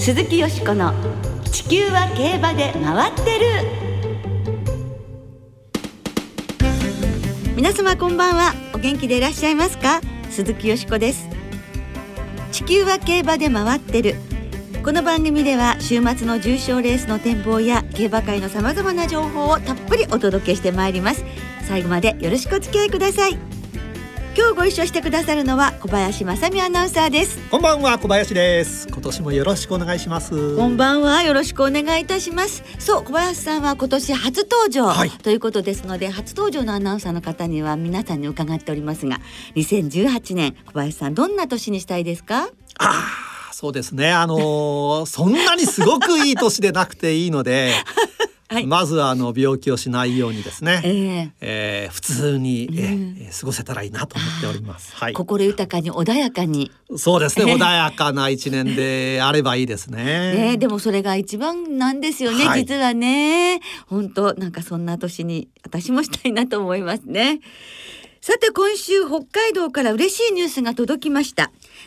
鈴木よしこの地球は競馬で回ってる。皆様こんばんは。お元気でいらっしゃいますか？鈴木よしこです。地球は競馬で回ってる。この番組では週末の重賞レースの展望や競馬界のさまざまな情報をたっぷりお届けしてまいります。最後までよろしくお付き合いください。今日ご一緒してくださるのは小林正美アナウンサーです。 こんばんは、小林です。今年もよろしくお願いします。 こんばんは、よろしくお願いいたします。そう、小林さんは今年初登場、ということですので、初登場のアナウンサーの方には皆さんに伺っておりますが、2018年小林さんどんな年にしたいですか？ そうですね、そんなにすごくいい年でなくていいのではい、まず病気をしないようにですね、普通に、過ごせたらいいなと思っております。はい、 心豊かに穏やかに。 そうですね、穏やかな一年であればいいですね。 でもそれが一番なんですよね、実はね。本当なんかそんな年に私もしたいなと思いますね。さて今週北海道から嬉しいニュースが届きました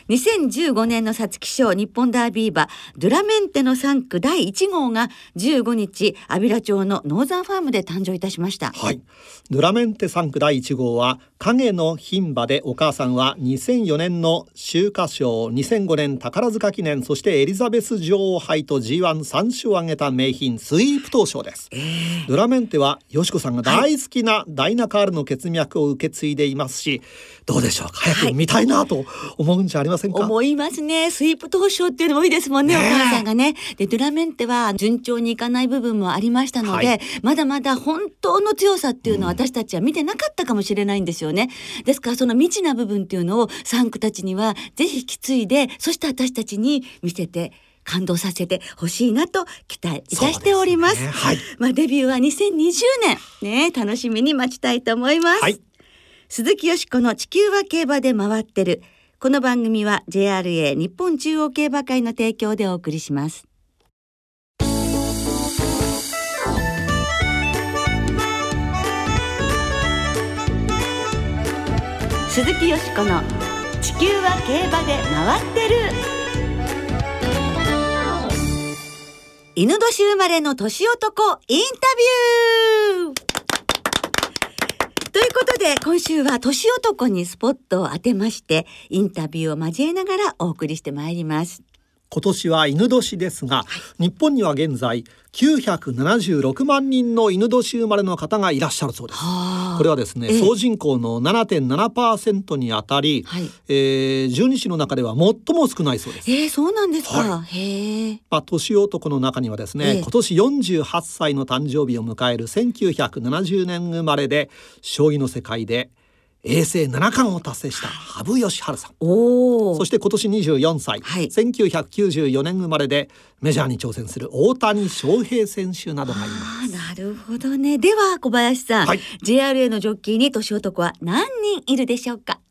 。2015年の皐月賞日本ダービー馬ドゥラメンテの3区第1号が15日安平町のノーザンファームで誕生いたしました。 はい、ドゥラメンテ3区第1号は影の牝馬で、お母さんは2004年の秋華賞、2005年宝塚記念、そしてエリザベス女王杯と G1 3勝を挙げた名牝スイープ投手です。ドゥラメンテはよしこさんが大好きなダイナカールの血脈を受け継いでいますし、どうでしょうか、早く見たいなと思うんじゃありませんか？ 思いますね。スイープ投手っていうのもいいですもんね、お母さんがね。でドゥラメンテは順調にいかない部分もありましたので、まだまだ本当の強さっていうのは私たちは見てなかったかもしれないんですよね。ですからその未知な部分っていうのを3区たちにはぜひ引き継いで、そして私たちに見せて感動させてほしいなと期待いたしております。デビューは2020年ね、楽しみに待ちたいと思います。鈴木よしこの地球は競馬で回ってる。この番組は JRA 日本中央競馬会の提供でお送りします。鈴木よしこの地球は競馬で回ってる。犬年生まれの年男インタビューということで、今週は年男にスポットを当てましてインタビューを交えながらお送りしてまいります。 今年は犬年ですが、日本には現在976万人の犬年生まれの方がいらっしゃるそうです。これはですね、総人口の 7.7% にあたり、12市の中では最も少ないそうです。 そうなんですか。 年男の中にはですね、今年48歳の誕生日を迎える1970年生まれで将棋の世界で永世七冠を達成した羽生善治さん、そして今年24歳、1994年生まれでメジャーに挑戦する大谷翔平選手などがいます。 なるほどね。では小林さん、JRA のジョッキーに年男は何人いるでしょうか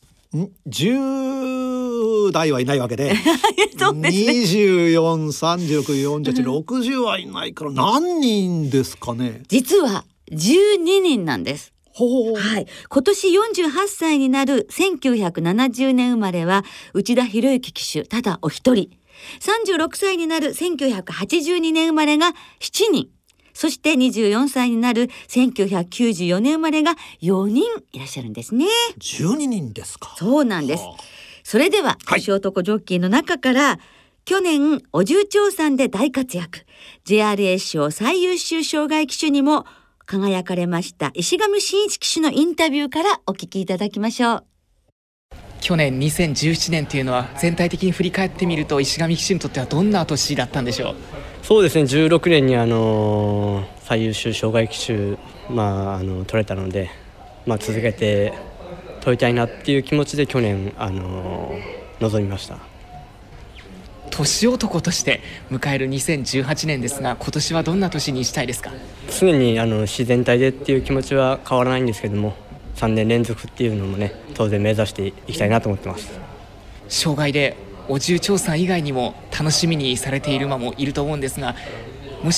？10代はいないわけでそうですね、 24、36、48、60はいないから何人ですかね？ 実は12人なんです。今年48歳になる1970年生まれは内田博之騎手ただお一人、36歳になる1982年生まれが7人、そして24歳になる1994年生まれが4人いらっしゃるんですね。 12人ですか？ そうなんです。それでは年男ジョッキーの中から去年お重長さんで大活躍、 JRA 賞最優秀障害騎手にも輝かれました石上真一騎手のインタビューからお聞きいただきましょう。 去年2017年というのは全体的に振り返ってみると石上騎手にとってはどんな年だったんでしょう？ そうですね、16年に最優秀障害騎手、取れたので、続けて取りたいなっていう気持ちで去年、臨みました。 年男として迎える2018年ですが、今年はどんな年にしたいですか？ 常に自然体でっていう気持ちは変わらないんですけども、3年連続っていうのもね、当然目指していきたいなと思ってます。 障害でお重長さん以外にも楽しみにされている馬もいると思うんですが、もし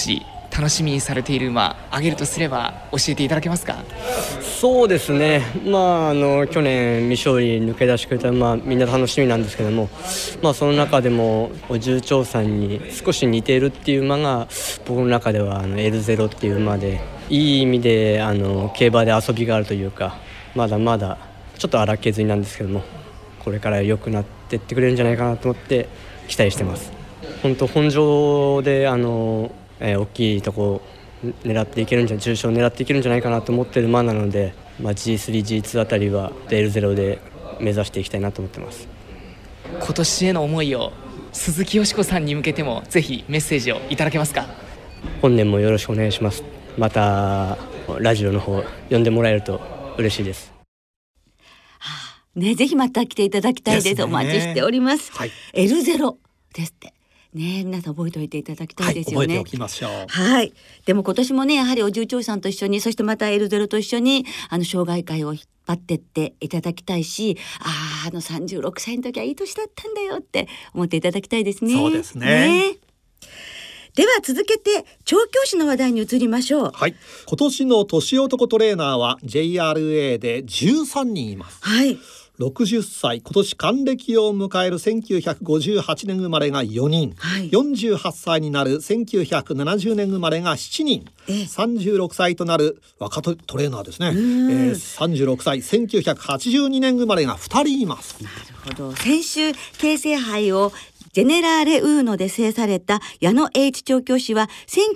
楽しみにされている馬挙げるとすれば教えていただけますか？ そうですね、去年未勝利抜け出してくれた馬、みんな楽しみなんですけども、その中でもお重長さんに少し似ているっていう馬が僕の中ではエルゼロっていう馬で、いい意味で競馬で遊びがあるというか、まだまだちょっと荒削りなんですけども、これから良くなっていってくれるんじゃないかなと思って期待してます。本場で大きいとこ狙っていけるんじゃ、重賞狙っていけるんじゃないかなと思ってる馬なので、G3、G2 あたりはL0で目指していきたいなと思ってます。 今年への思いを鈴木よしこさんに向けてもぜひメッセージをいただけますか？ 本年もよろしくお願いします。またラジオの方呼んでもらえると嬉しいです。 ね、ぜひまた来ていただきたいです。お待ちしております。 はい、 L0 ですってね、皆さん覚えておいていただきたいですよね。 覚えておきましょう。 はい。でも今年もね、やはりお重長さんと一緒に、そしてまた L0 と一緒に障害会を引っ張ってっていただきたいし、36歳の時はいい年だったんだよって思っていただきたいですね。 そうですね。 では続けて調教師の話題に移りましょう。 はい。今年の年男トレーナーは JRA で13人います。 はい。 60歳、今年還暦を迎える1958年生まれが4人、 はい、 48歳になる1970年生まれが7人、36歳となる若手トレーナーですね、36歳1982年生まれが2人います。 なるほど。先週京成杯をジェネラーレウーノで制された矢野栄一調教師は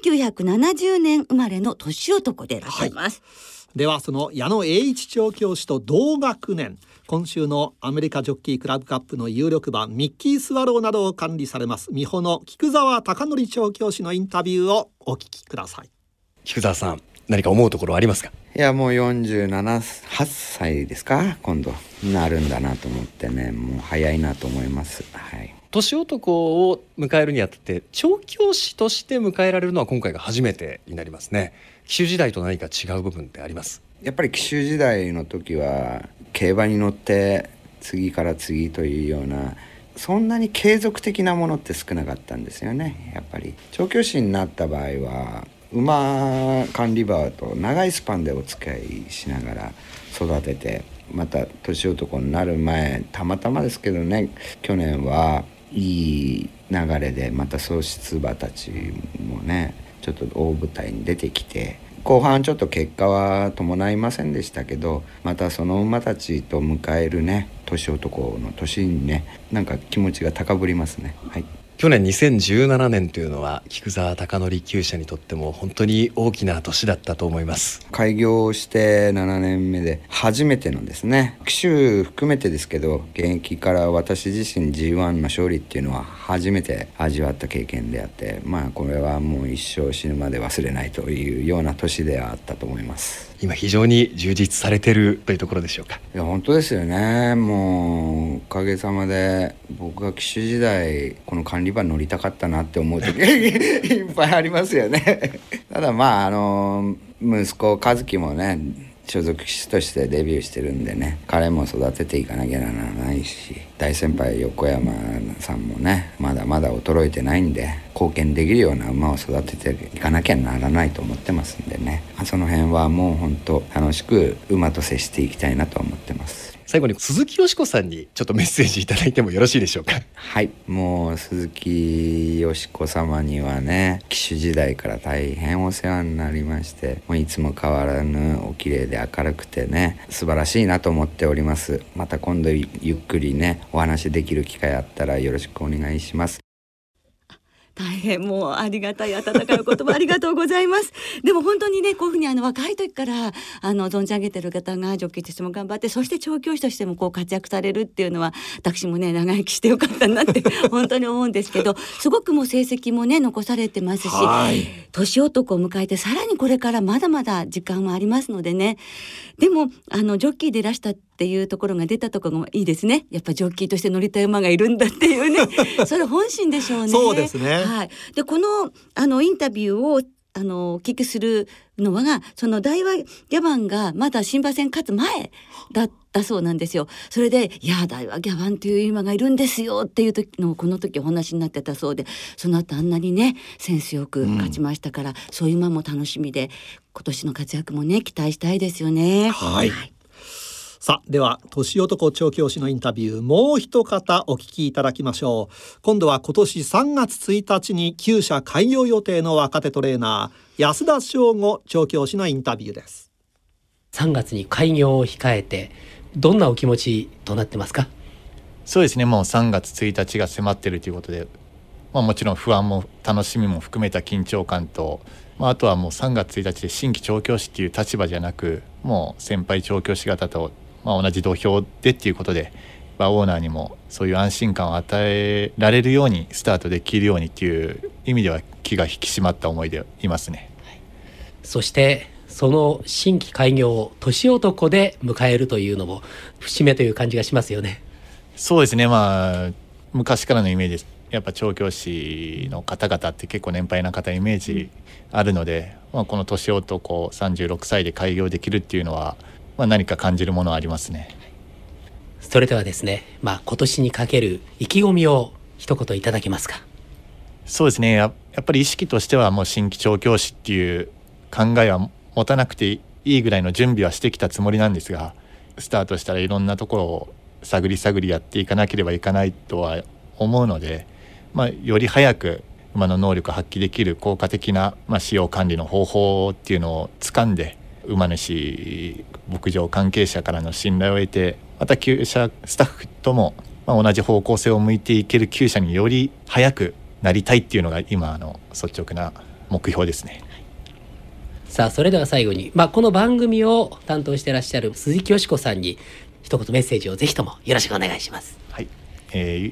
1970年生まれの年男でいらっしゃいます。 ではその矢野栄一調教師と同学年、今週のアメリカジョッキークラブカップの有力馬ミッキースワローなどを管理されます美穂の菊沢貴則調教師のインタビューをお聞きください。 菊沢さん、何か思うところありますか？ いや、もう47、8歳ですか、今度なるんだなと思ってね、もう早いなと思います。はい。 年男を迎えるにあたって調教師として迎えられるのは今回が初めてになりますね。騎手時代と何か違う部分ってあります？ やっぱり騎手時代の時は競馬に乗って次から次というような、そんなに継続的なものって少なかったんですよね。やっぱり調教師になった場合は馬管理馬と長いスパンでお付き合いしながら育てて、また年男になる前、たまたまですけどね、去年はいい流れでまた創出馬たちもねちょっと大舞台に出てきて、後半ちょっと結果は伴いませんでしたけど、またその馬たちと迎えるね年男の年にね、なんか気持ちが高ぶりますね。はい。 去年2017年というのは菊沢貴則厩舎にとっても本当に大きな年だったと思います。 開業して7年目で初めてのですね、騎手含めてですけど、現役から私自身 G1 の勝利っていうのは初めて味わった経験であって、これはもう一生死ぬまで忘れないというような年ではあったと思います。 今非常に充実されてるというところでしょうか？ いや、本当ですよね。もうおかげさまで僕が騎手時代この管理馬乗りたかったなって思う時いっぱいありますよね。ただ息子和樹もね所属騎手としてデビューしてるんでね、彼も育てていかなきゃならないし、大先輩横山さんもねまだまだ衰えてないんで、貢献できるような馬を育てていかなきゃならないと思ってますんでね、その辺はもう本当楽しく馬と接していきたいなと思ってます。 最後に鈴木よしこさんにちょっとメッセージいただいてもよろしいでしょうか？ はい、もう鈴木よしこ様にはね騎手時代から大変お世話になりまして、もういつも変わらぬお綺麗で明るくてね素晴らしいなと思っております。また今度ゆっくりねお話できる機会あったらよろしくお願いします。 大変もうありがたい温かいお言葉ありがとうございます。でも本当にね、こういうふうに若い時から存じ上げてる方がジョッキーとしても頑張って、そして調教師としてもこう活躍されるっていうのは、私もね長生きしてよかったなって本当に思うんですけど、すごくもう成績もね残されてますし、年男を迎えてさらにこれからまだまだ時間はありますのでね。でもジョッキーでいらしたっていうところが出たところがいいですね。やっぱジョッキーとして乗りたい馬がいるんだっていうねそれ本心でしょうね。 そうですね。 はい。でこのインタビューをお聞きするのはその大和ギャバンがまだ新馬戦勝つ前だったそうなんですよ。それでいや大和ギャバンという馬がいるんですよっていう時のこの時お話になってたそうで、その後あんなにねセンスよく勝ちましたから、そういう馬も楽しみで今年の活躍もね期待したいですよね。 はい、さあでは年男調教師のインタビューもう一方お聞きいただきましょう。今度は今年3月1日に厩舎開業予定の若手トレーナー安田翔吾調教師のインタビューです。 3月に開業を控えてどんなお気持ちとなってますか？ そうですね、もう3月1日が迫っているということで、もちろん不安も楽しみも含めた緊張感と、あとはもう3月1日で新規調教師っていう立場じゃなく、もう先輩調教師方と同じ土俵でっていうことで、オーナーにもそういう安心感を与えられるようにスタートできるようにっていう意味では気が引き締まった思いでいますね。 そしてその新規開業を年男で迎えるというのも節目という感じがしますよね。 そうですね、昔からのイメージです。やっぱ調教師の方々って結構年配な方イメージあるので、この年男36歳で開業できるっていうのは、何か感じるものはありますね。 それではですね、今年にかける意気込みを一言いただけますか？ そうですね、やっぱり意識としてはもう新規調教師っていう考えは持たなくていいぐらいの準備はしてきたつもりなんですが、スタートしたらいろんなところを探りやっていかなければいけないとは思うので、より早く馬の能力を発揮できる効果的な、使用管理の方法っていうのを掴んで、馬主牧場関係者からの信頼を得て、また厩舎スタッフとも、同じ方向性を向いていける厩舎により早くなりたいっていうのが今の率直な目標ですね。 さあそれでは最後に、この番組を担当していらっしゃる鈴木よしこさんに一言メッセージをぜひともよろしくお願いします。 はい、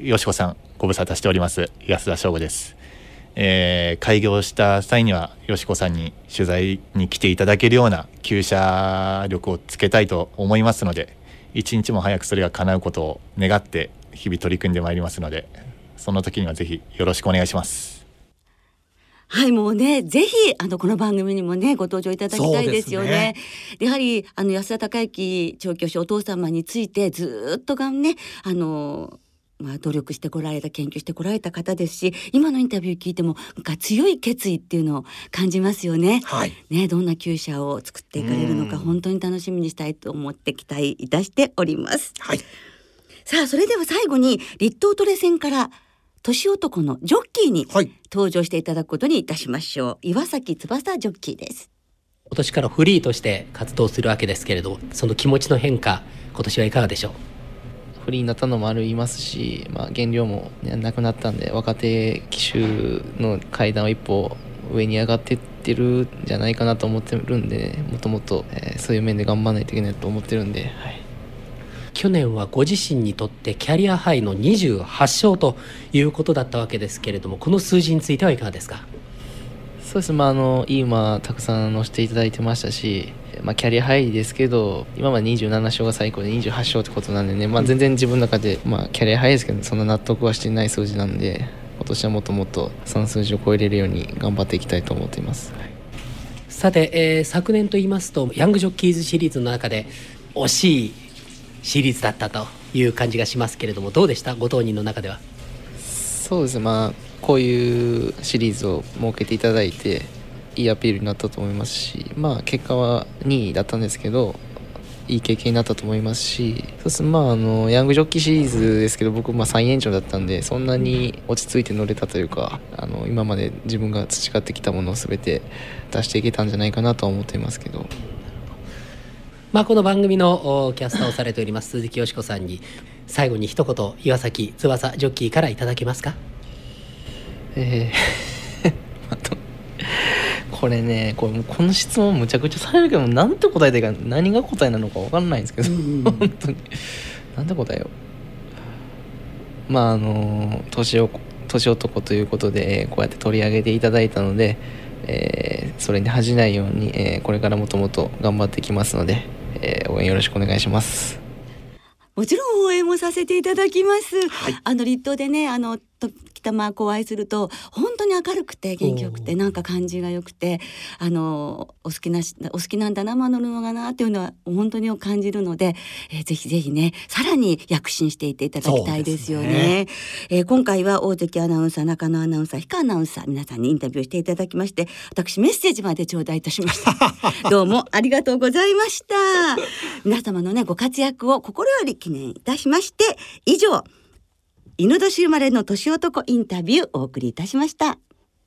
よしこさんご無沙汰しております安田翔吾です。開業した際にはよしこさんに取材に来ていただけるような厩舎力をつけたいと思いますので、一日も早くそれが叶うことを願って日々取り組んでまいりますので、その時にはぜひよろしくお願いします。 はい、もうねぜひこの番組にもねご登場いただきたいですよね。やはり安田孝之調教師お父様についてずっとがね努力してこられた研究してこられた方ですし、今のインタビュー聞いてもなんか強い決意っていうのを感じますよね。どんな厩舎を作っていかれるのか本当に楽しみにしたいと思って期待いたしております。さあそれでは最後に立東トレセンから年男のジョッキーに登場していただくことにいたしましょう。岩崎翼ジョッキーです。 今年からフリーとして活動するわけですけれど、その気持ちの変化今年はいかがでしょう？ フリーになったのもありますし、減量も、なくなったんで若手騎手の階段を一歩上に上がっていってるんじゃないかなと思ってるんで、もっともっと、そういう面で頑張らないといけないと思ってるんで、 去年はご自身にとってキャリアハイの28勝ということだったわけですけれども、この数字についてはいかがですか？ そうですね、いい馬たくさん乗せていただいてましたし、キャリアハイですけど今まで27勝が最高で28勝ってことなんでね、全然自分の中で、キャリアハイですけどそんな納得はしていない数字なんで、今年はもっともっとその数字を超えれるように頑張っていきたいと思っています。 さて、昨年と言いますとヤングジョッキーズシリーズの中で惜しいシリーズだったという感じがしますけれども、どうでしたご当人の中では？ そうですね、こういうシリーズを設けていただいていいアピールになったと思いますし、結果は2位だったんですけどいい経験になったと思いますし、そうですね、ヤングジョッキーシリーズですけど僕3延長だったんでそんなに落ち着いて乗れたというか、今まで自分が培ってきたものを全て出していけたんじゃないかなとは思っていますけど、 この番組のキャスターをされております鈴木よしこさんに最後に一言岩崎翼ジョッキーからいただけますか？ これね、この質問むちゃくちゃされるけどなんて答えていいか何が答えなのか分かんないんですけど本当になんて答えよう。年男ということでこうやって取り上げていただいたので、それに恥じないように、これからもっともっと頑張っていきますので、応援よろしくお願いします。 もちろん応援もさせていただきます。立東でね来たまお会いすると本当に明るくて元気よくてなんか感じがよくてお好きなんだなマノルマがなっていうのは本当に感じるので、ぜひぜひねさらに躍進していっていただきたいですよね。今回は大関アナウンサー、中野アナウンサー、氷川アナウンサー皆さんにインタビューしていただきまして、私メッセージまで頂戴いたしましたどうもありがとうございました皆様のねご活躍を心より記念いたしまして、以上犬年生まれの年男インタビューお送りいたしました。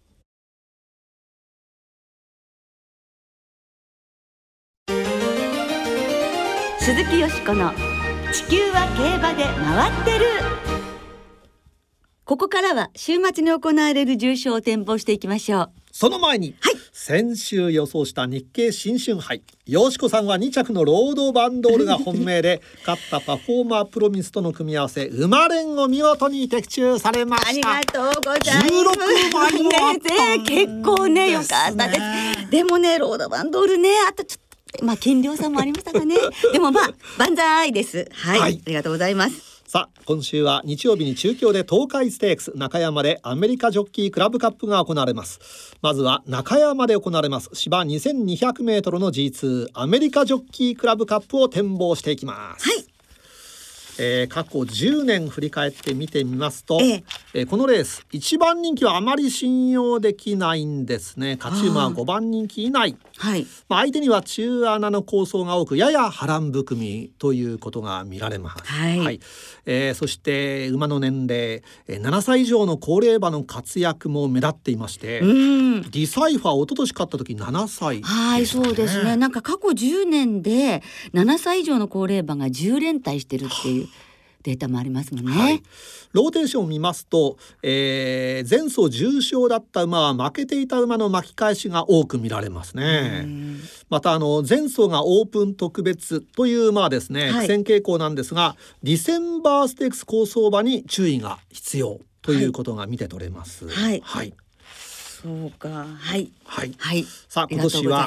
鈴木よしこの地球は競馬で回ってる。ここからは週末に行われる重賞を展望していきましょう。 その前に、先週予想した日経新春杯、よしこさんは2着のロードバンドールが本命で勝ったパフォーマープロミスとの組み合わせ馬連を見事に的中されました。 ありがとうございます。 16枚もあったんですね。 結構ね良かったです。でもねロードバンドールねあとちょっと斤量差もありましたかねでも万歳です。はい、ありがとうございます。 さあ今週は日曜日に中京で東海ステークス中山でアメリカジョッキークラブカップが行われます。まずは中山で行われます芝 2200m の G2 アメリカジョッキークラブカップを展望していきます。過去10年振り返って見てみますと、このレース1番人気はあまり信用できないんですね。勝ち馬は5番人気以内、相手には中穴の構想が多くやや波乱含みということが見られます。そして馬の年齢7歳以上の高齢馬の活躍も目立っていまして、ディサイファー一昨年勝った時7歳、 そうですね。なんか過去10年で7歳以上の高齢馬が10連帯してるっていうデータもありますもんね。 ローテーションを見ますと、前走重賞だった馬は負けていた馬の巻き返しが多く見られますね。また前走がオープン特別という馬はですね、苦戦傾向なんですがディセンバーステークス好走馬に注意が必要ということが見て取れます。 そうか。 さあ今年は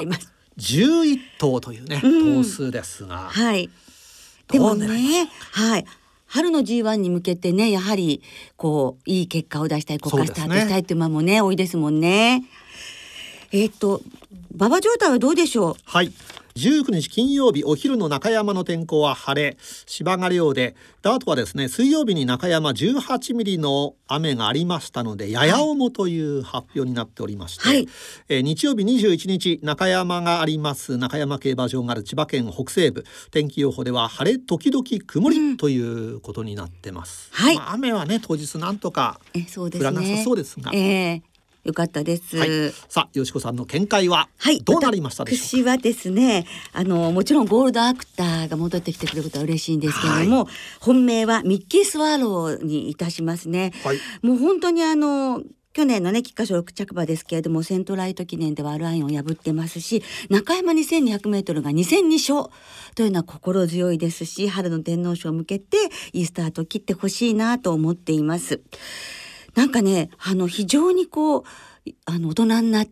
11頭というね、頭数ですが、 でもね、春の G1 に向けてねやはりこういい結果を出したい国家スタートしたいっていう馬もね多いですもんね。馬場状態はどうでしょう。 19日金曜日お昼の中山の天候は晴れ芝が良で、あとはですね水曜日に中山18ミリの雨がありましたのでやや重という発表になっておりまして、日曜日21日中山があります中山競馬場がある千葉県北西部、天気予報では晴れ時々曇りということになってます。雨はね当日なんとか降らなさそうですが、 よかったです。 さあよしこさんの見解はどうなりましたでしょうか。 私はですねもちろんゴールドアクターが戻ってきてくれることは嬉しいんですけれども、本命はミッキースワローにいたしますね。もう本当に去年のね菊花賞6着馬ですけれどもセントライト記念ではアルアインを破ってますし、中山 2200m が2戦2勝というのは心強いですし、春の天皇賞を向けていいスタートを切ってほしいなと思っています。なんかね非常にこう大人になって、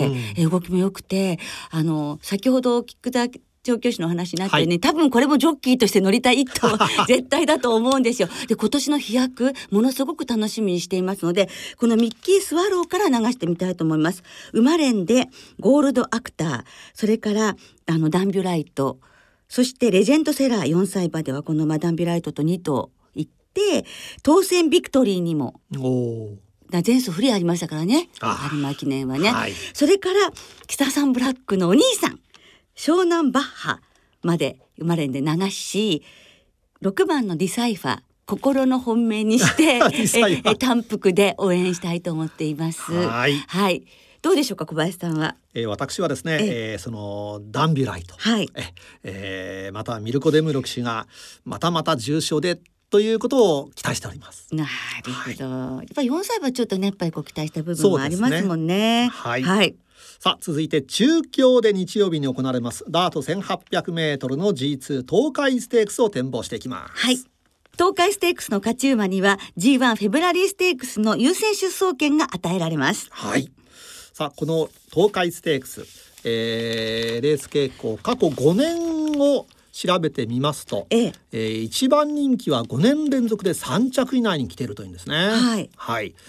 動きも良くて先ほど菊田調教師の話になってね、多分これもジョッキーとして乗りたいと絶対だと思うんですよ。で今年の飛躍ものすごく楽しみにしていますので、このミッキースワローから流してみたいと思います。馬連でゴールドアクター、それからダンビュライト、そしてレジェンドセラー4歳馬ではこのダンビュライトと2頭当選ビクトリーにも前走不利ありましたからね、有馬記念はね、それから北三ブラックのお兄さん湘南バッハまで生まれんで流し、6番のディサイファー心の本命にして単幅で応援したいと思っています。どうでしょうか小林さんは。 私はですね、そのダンビュライト、またミルコ・デムロ騎手がまた重賞でということを期待しております。 なるほど、やっぱり4歳はちょっとねやっぱりこう期待した部分もありますもんね。 さあ続いて中京で日曜日に行われますダート 1800m の G2 東海ステークスを展望していきます。 東海ステークスの勝ち馬には G1 フェブラリーステークスの優先出走権が与えられます。 さあこの東海ステークス、レース傾向過去5年を調べてみますと、1番人気は5年連続で3着以内に来ているというんですね。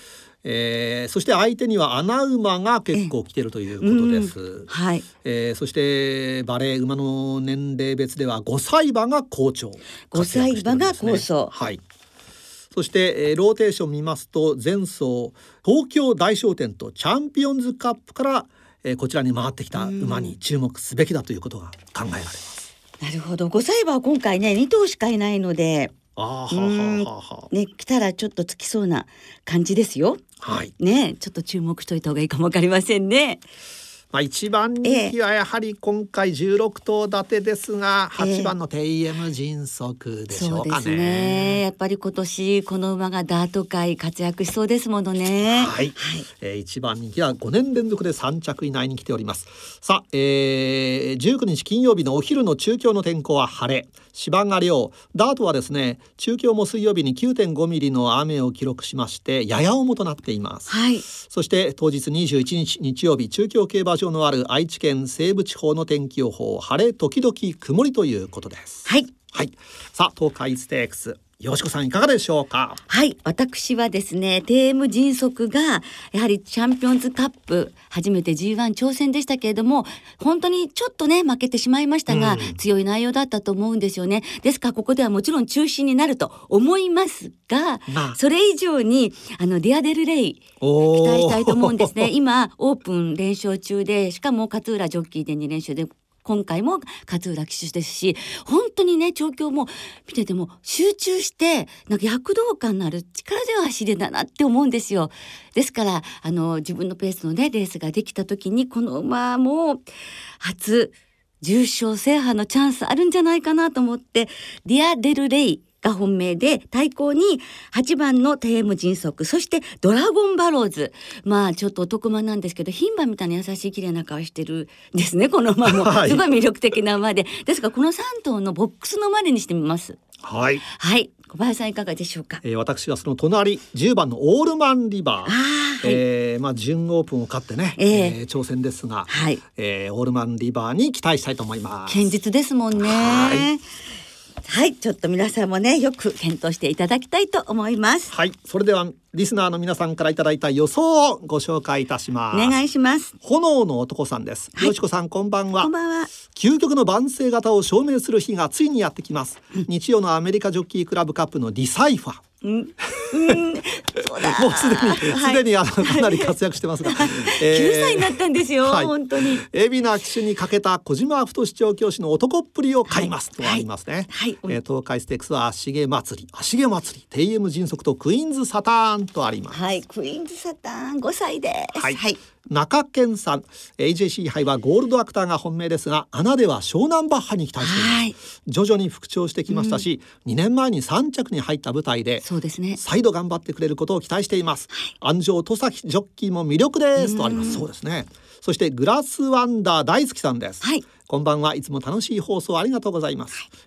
そして相手には穴馬が結構来てるということです。 はい。 そして馬齢馬の年齢別では5歳馬が好調、 5歳馬が好走。 はい。そして、ローテーション見ますと前走東京大商店とチャンピオンズカップから、こちらに回ってきた馬に注目すべきだということが考えられます。 なるほど。5歳馬は今回ね2頭しかいないので、ね、来たらちょっとつきそうな感じですよ。 はい。 ね、ちょっと注目しといた方がいいかもわかりませんね。 一番人気はやはり今回16頭立てですが、8番のテイエム迅速でしょうかね。 そうですね。やっぱり今年この馬がダート界活躍しそうですものね。 はい。一番人気は5年連続で3着以内に来ております。さあ、19日金曜日のお昼の中京の天候は晴れ。芝が涼。ダートはですね、中京も水曜日に 9.5 ミリの雨を記録しましてやや重となっています。 はい。 そして当日21日日曜日、中京競馬場のある愛知県西部地方の天気予報、晴れ時々曇りということです。 はい。 はい。さあ、東海ステークス、よしこさんいかがでしょうか。 はい、私はですね、テーム迅速がやはりチャンピオンズカップ初めて G1 挑戦でしたけれども、本当にちょっとね負けてしまいましたが、強い内容だったと思うんですよね。ですからここではもちろん中止になると思いますが、それ以上にディアデルレイ期待したいと思うんですね。今オープン連勝中で、しかも勝浦ジョッキーで2連勝で、今回も勝浦騎手ですし、本当にね調教も見てても集中してなんか躍動感のある力強い走りだなって思うんですよ。ですから自分のペースのねレースができた時にこの馬も初重賞制覇のチャンスあるんじゃないかなと思って、ディアデルレイが本命で、対抗に8番のテーム迅速、そしてドラゴンバローズ、ちょっと男馬なんですけど牝馬みたいな優しい綺麗な顔してるんですね。この馬もすごい魅力的な馬で、ですからこの3頭のボックスの馬にしてみます。 はい、 はい、小林さんいかがでしょうか。 私はその隣10番のオールマンリバー、準オープンを勝ってね、挑戦ですが、オールマンリバーに期待したいと思います。 堅実ですもんね。はい、ちょっと皆さんもねよく検討していただきたいと思います。 はい、それではリスナーの皆さんからいただいた予想をご紹介いたします。 お願いします。 炎の男さんです。よしこさんこんばんは。 こんばんは。 究極の万世型を証明する日がついにやってきます。日曜のアメリカジョッキークラブカップのディサイファー。 そうだ。 もうすでにかなり活躍してますが、 9歳になったんですよ、本当に。 海老名騎手にかけた小島太志調教師の男っぷりを買いますとありますね。東海ステークスは足毛祭り、テイエム迅速とクイーンズサターンとあります。 はい、クイーンズサターン5歳です。 はい。中堅さん、 AJC 杯はゴールドアクターが本命ですが、穴では湘南バッハに期待しています。徐々に復調してきましたし、2年前に3着に入った舞台でそうですね、 再度頑張ってくれることを期待しています。安城戸崎ジョッキーも魅力ですとあります。そうですね。そしてグラスワンダー大好きさんです。こんばんは。いつも楽しい放送ありがとうございます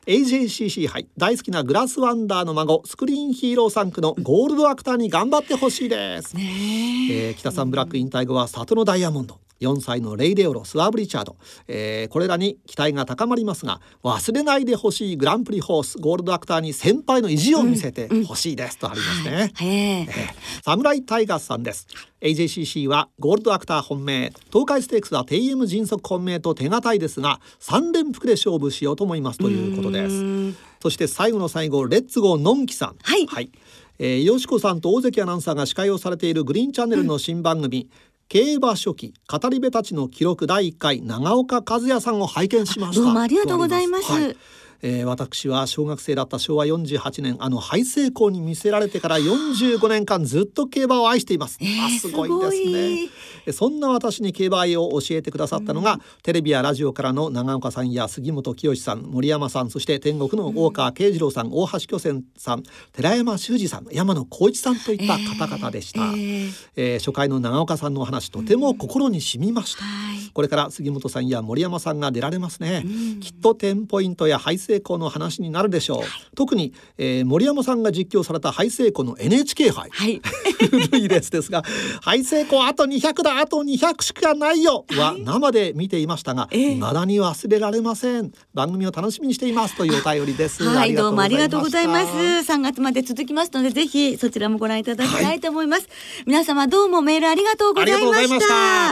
。AJCC 杯大好きなグラスワンダーの孫、スクリーンヒーロー3区のゴールドアクターに頑張ってほしいです。北さんブラック引退後は里のダイヤモンド、4歳のレイレオロ、スワーブリチャード、これらに期待が高まりますが、忘れないでほしいグランプリホースゴールドアクターに先輩の意地を見せてほしいですとありますね。サムライタイガースさんです。AJCC はゴールドアクター本命、東海ステークスはテイエム迅速本命と手堅いですが、3連複で勝負しようと思いますということです。そして最後の最後、レッツゴーのんきさん。よしこさんと大関アナウンサーが司会をされているグリーンチャンネルの新番組、競馬初期語り部たちの記録第1回、長岡和也さんを拝見しました。 どうもありがとうございます。 私は小学生だった昭和48年ハイセイコーに見せられてから45年間ずっと競馬を愛しています。すごいですね。そんな私に競馬愛を教えてくださったのが、テレビやラジオからの長岡さんや杉本清さん、森山さん、そして天国の大川慶次郎さん、大橋巨泉さん、寺山修司さん、山野浩一さんといった方々でした。初回の長岡さんのお話、とても心に染みました。これから杉本さんや森山さんが出られますね。きっと10ポイントやハイセ成功の話になるでしょう。特に、森山さんが実況されたハイセイコーの NHK 杯、古いレースですが、ハイセイコーあと200だ、あと200しかないよは生で見ていましたが、未だに忘れられません。番組を楽しみにしていますというお便りです。 はい、どうもありがとうございます。3月まで続きますので、ぜひそちらもご覧いただきたいと思います。皆様どうもメールありがとうございました。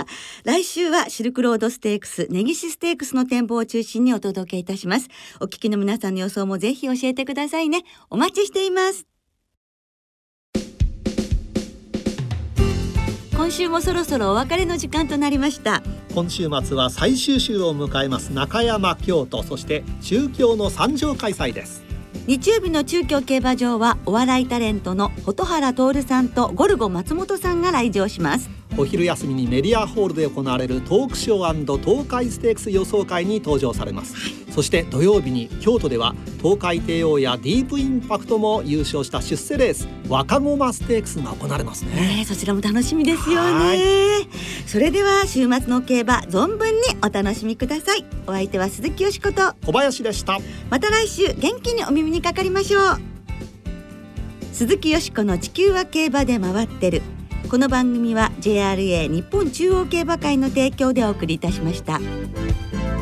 来週はシルクロードステークス、根岸ステークスの展望を中心にお届けいたします。お聞きの皆さんの予想もぜひ教えてくださいね。お待ちしています。今週もそろそろお別れの時間となりました。 今週末は最終週を迎えます中山京都、そして中京の3場開催です。 日曜日の中京競馬場はお笑いタレントの蛍原徹さんとゴルゴ松本さんが来場します。 お昼休みにメディアホールで行われるトークショー&東海ステークス予想会に登場されます。そして土曜日に京都では東海帝王やディープインパクトも優勝した出世レース若駒ステークスが行われますね。 そちらも楽しみですよね。それでは週末の競馬存分にお楽しみください。お相手は鈴木よしこと小林でした。 また来週元気にお耳にかかりましょう。鈴木よしこの地球は競馬で回ってる。この番組は JRA 日本中央競馬会の提供でお送りいたしました。